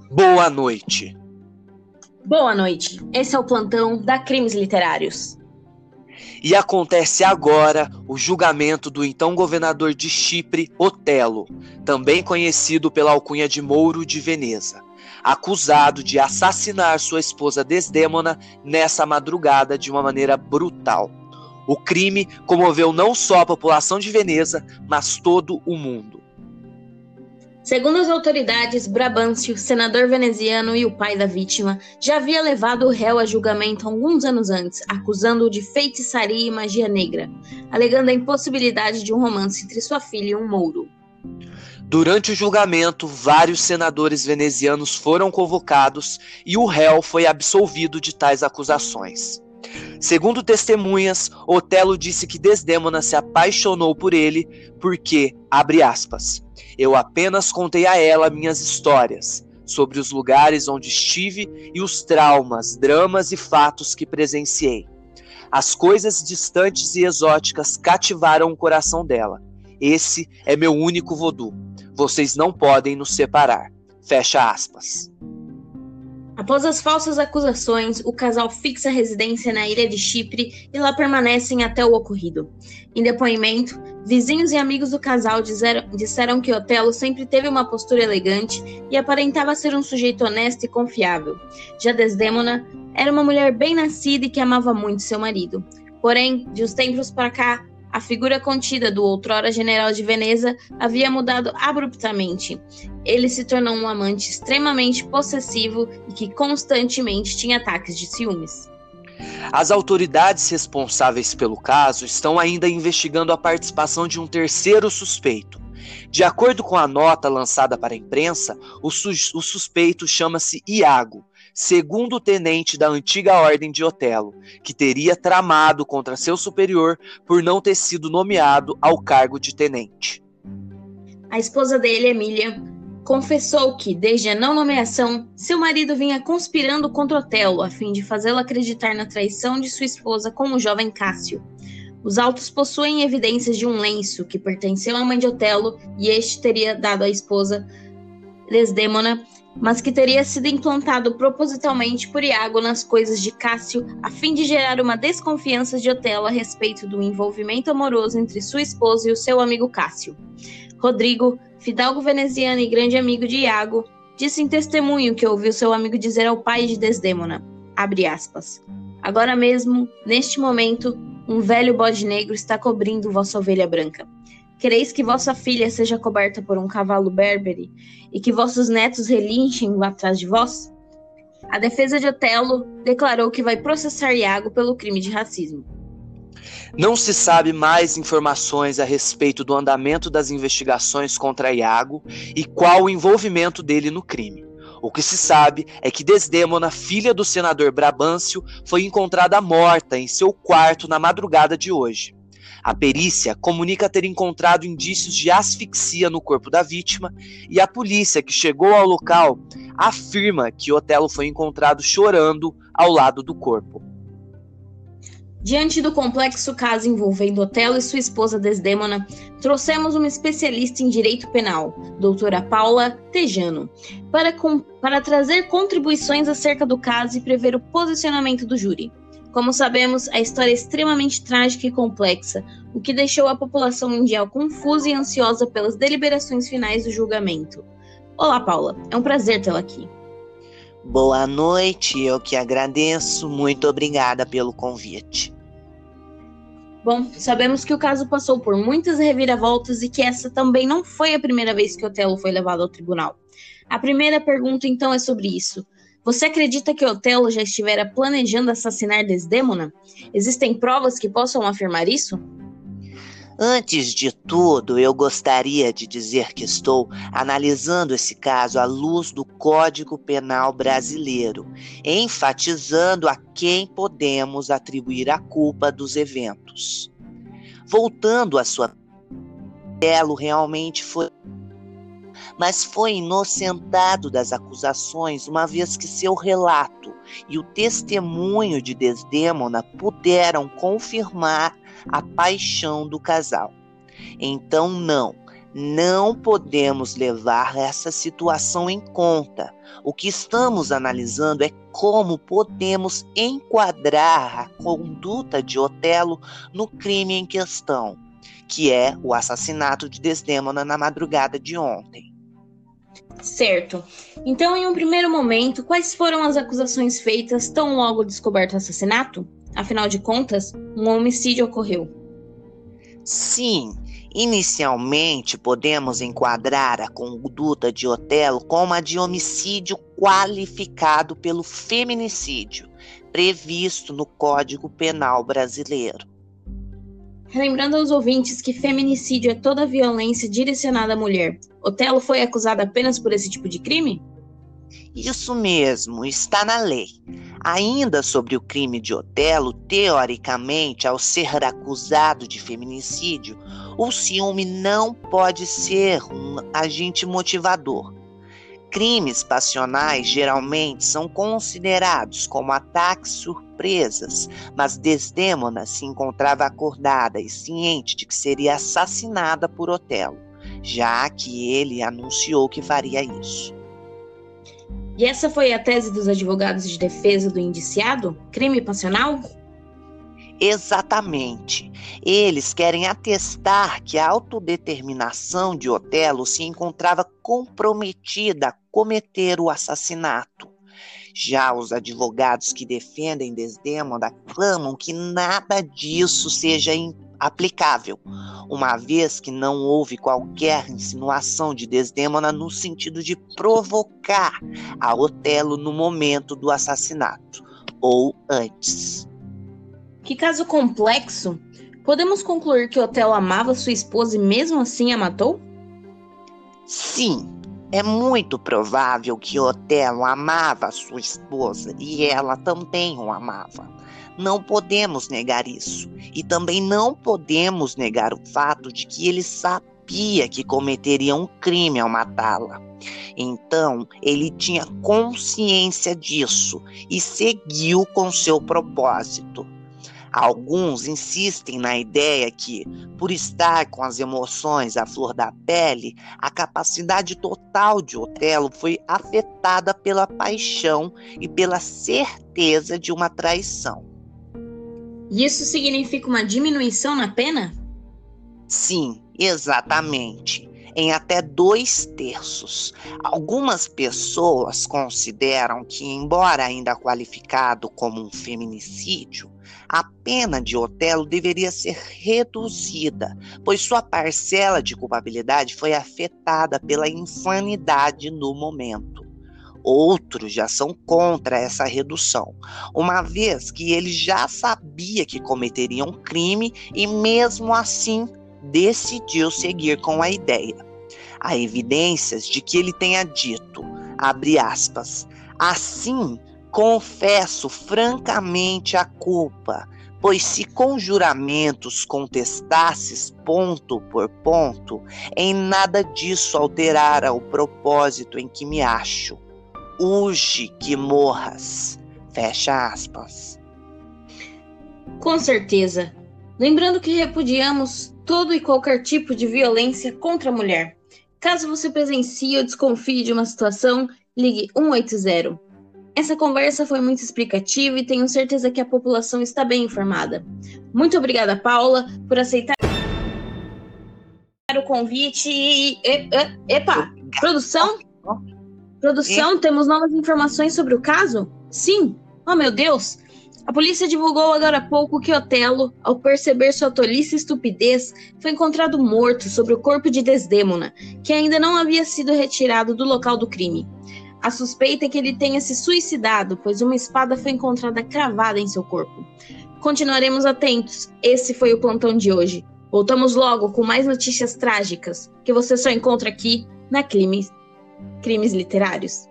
Boa noite. Boa noite. Esse é o plantão da Crimes Literários. E acontece agora o julgamento do então governador de Chipre, Otelo, também conhecido pela alcunha de Mouro de Veneza, acusado de assassinar sua esposa Desdémona nessa madrugada de uma maneira brutal. O crime comoveu não só a população de Veneza, mas todo o mundo. Segundo as autoridades, Brabâncio, senador veneziano e o pai da vítima, já havia levado o réu a julgamento alguns anos antes, acusando-o de feitiçaria e magia negra, alegando a impossibilidade de um romance entre sua filha e um mouro. Durante o julgamento, vários senadores venezianos foram convocados e o réu foi absolvido de tais acusações. Segundo testemunhas, Otelo disse que Desdémona se apaixonou por ele porque, abre aspas, eu apenas contei a ela minhas histórias sobre os lugares onde estive e os traumas, dramas e fatos que presenciei. As coisas distantes e exóticas cativaram o coração dela. Esse é meu único vodu. Vocês não podem nos separar. Fecha aspas. Após as falsas acusações, o casal fixa residência na ilha de Chipre e lá permanecem até o ocorrido. Em depoimento, vizinhos e amigos do casal disseram que Otelo sempre teve uma postura elegante e aparentava ser um sujeito honesto e confiável. Já Desdémona era uma mulher bem nascida e que amava muito seu marido. Porém, de uns tempos para cá, a figura contida do outrora general de Veneza havia mudado abruptamente. Ele se tornou um amante extremamente possessivo e que constantemente tinha ataques de ciúmes. As autoridades responsáveis pelo caso estão ainda investigando a participação de um terceiro suspeito. De acordo com a nota lançada para a imprensa, o suspeito chama-se Iago, segundo tenente da antiga ordem de Otelo, que teria tramado contra seu superior por não ter sido nomeado ao cargo de tenente. A esposa dele, Emília, confessou que, desde a não nomeação, seu marido vinha conspirando contra Otelo a fim de fazê-lo acreditar na traição de sua esposa com o jovem Cássio. Os autos possuem evidências de um lenço que pertenceu à mãe de Otelo e este teria dado à esposa Desdémona, mas que teria sido implantado propositalmente por Iago nas coisas de Cássio, a fim de gerar uma desconfiança de Otelo a respeito do envolvimento amoroso entre sua esposa e o seu amigo Cássio. Rodrigo, fidalgo veneziano e grande amigo de Iago, disse em testemunho que ouviu seu amigo dizer ao pai de Desdémona, abre aspas, agora mesmo, neste momento, um velho bode negro está cobrindo vossa ovelha branca. Quereis que vossa filha seja coberta por um cavalo berbere e que vossos netos relinchem atrás de vós? A defesa de Otelo declarou que vai processar Iago pelo crime de racismo. Não se sabe mais informações a respeito do andamento das investigações contra Iago e qual o envolvimento dele no crime. O que se sabe é que Desdémona, filha do senador Brabâncio, foi encontrada morta em seu quarto na madrugada de hoje. A perícia comunica ter encontrado indícios de asfixia no corpo da vítima e a polícia que chegou ao local afirma que Otelo foi encontrado chorando ao lado do corpo. Diante do complexo caso envolvendo Otelo e sua esposa Desdémona, trouxemos uma especialista em direito penal, doutora Paula Tejano, para trazer contribuições acerca do caso e prever o posicionamento do júri. Como sabemos, a história é extremamente trágica e complexa, o que deixou a população mundial confusa e ansiosa pelas deliberações finais do julgamento. Olá, Paula. É um prazer tê-la aqui. Boa noite, eu que agradeço. Muito obrigada pelo convite. Bom, sabemos que o caso passou por muitas reviravoltas e que essa também não foi a primeira vez que Otelo foi levado ao tribunal. A primeira pergunta, então, é sobre isso. Você acredita que Otelo já estivera planejando assassinar Desdémona? Existem provas que possam afirmar isso? Antes de tudo, eu gostaria de dizer que estou analisando esse caso à luz do Código Penal brasileiro, enfatizando a quem podemos atribuir a culpa dos eventos. Voltando à sua... Otelo realmente foi... mas foi inocentado das acusações, uma vez que seu relato e o testemunho de Desdémona puderam confirmar a paixão do casal. Então, não, Não podemos levar essa situação em conta. O que estamos analisando é como podemos enquadrar a conduta de Otelo no crime em questão, que é o assassinato de Desdémona na madrugada de ontem. Certo. Então, em um primeiro momento, quais foram as acusações feitas tão logo descoberto o assassinato? Afinal de contas, um homicídio ocorreu. Sim, inicialmente podemos enquadrar a conduta de Otelo como a de homicídio qualificado pelo feminicídio, previsto no Código Penal brasileiro. Relembrando aos ouvintes que feminicídio é toda violência direcionada à mulher, Otelo foi acusado apenas por esse tipo de crime? Isso mesmo, está na lei. Ainda sobre o crime de Otelo, teoricamente, ao ser acusado de feminicídio, o ciúme não pode ser um agente motivador. Crimes passionais geralmente são considerados como ataques surpresas, mas Desdémona se encontrava acordada e ciente de que seria assassinada por Otelo, já que ele anunciou que faria isso. E essa foi a tese dos advogados de defesa do indiciado? Crime passional? Exatamente. Eles querem atestar que a autodeterminação de Otelo se encontrava comprometida a cometer o assassinato. Já os advogados que defendem Desdémona clamam que nada disso seja aplicável, uma vez que não houve qualquer insinuação de Desdémona no sentido de provocar a Otelo no momento do assassinato, ou antes. Que caso complexo! Podemos concluir que Otelo amava sua esposa e mesmo assim a matou? Sim, é muito provável que Otelo amava sua esposa e ela também o amava. Não podemos negar isso. E também não podemos negar o fato de que ele sabia que cometeria um crime ao matá-la. Então, ele tinha consciência disso e seguiu com seu propósito. Alguns insistem na ideia que, por estar com as emoções à flor da pele, a capacidade total de Otelo foi afetada pela paixão e pela certeza de uma traição. E isso significa uma diminuição na pena? Sim, exatamente. Em até 2/3. Algumas pessoas consideram que, embora ainda qualificado como um feminicídio, a pena de Otelo deveria ser reduzida, pois sua parcela de culpabilidade foi afetada pela insanidade no momento. Outros já são contra essa redução, uma vez que ele já sabia que cometeria um crime e mesmo assim decidiu seguir com a ideia. Há evidências de que ele tenha dito, abre aspas, assim confesso francamente a culpa, pois se com juramentos contestasses ponto por ponto, em nada disso alterara o propósito em que me acho. Urge que morras. Fecha aspas. Com certeza. Lembrando que repudiamos todo e qualquer tipo de violência contra a mulher. Caso você presencie ou desconfie de uma situação, ligue 180. Essa conversa foi muito explicativa e tenho certeza que a população está bem informada. Muito obrigada, Paula, por aceitar o convite e... Epa! Produção? Produção, temos novas informações sobre o caso? Sim! Oh, meu Deus! A polícia divulgou agora há pouco que Otelo, ao perceber sua tolice e estupidez, foi encontrado morto sobre o corpo de Desdémona, que ainda não havia sido retirado do local do crime. A suspeita é que ele tenha se suicidado, pois uma espada foi encontrada cravada em seu corpo. Continuaremos atentos. Esse foi o plantão de hoje. Voltamos logo com mais notícias trágicas, que você só encontra aqui na Crimes Literários.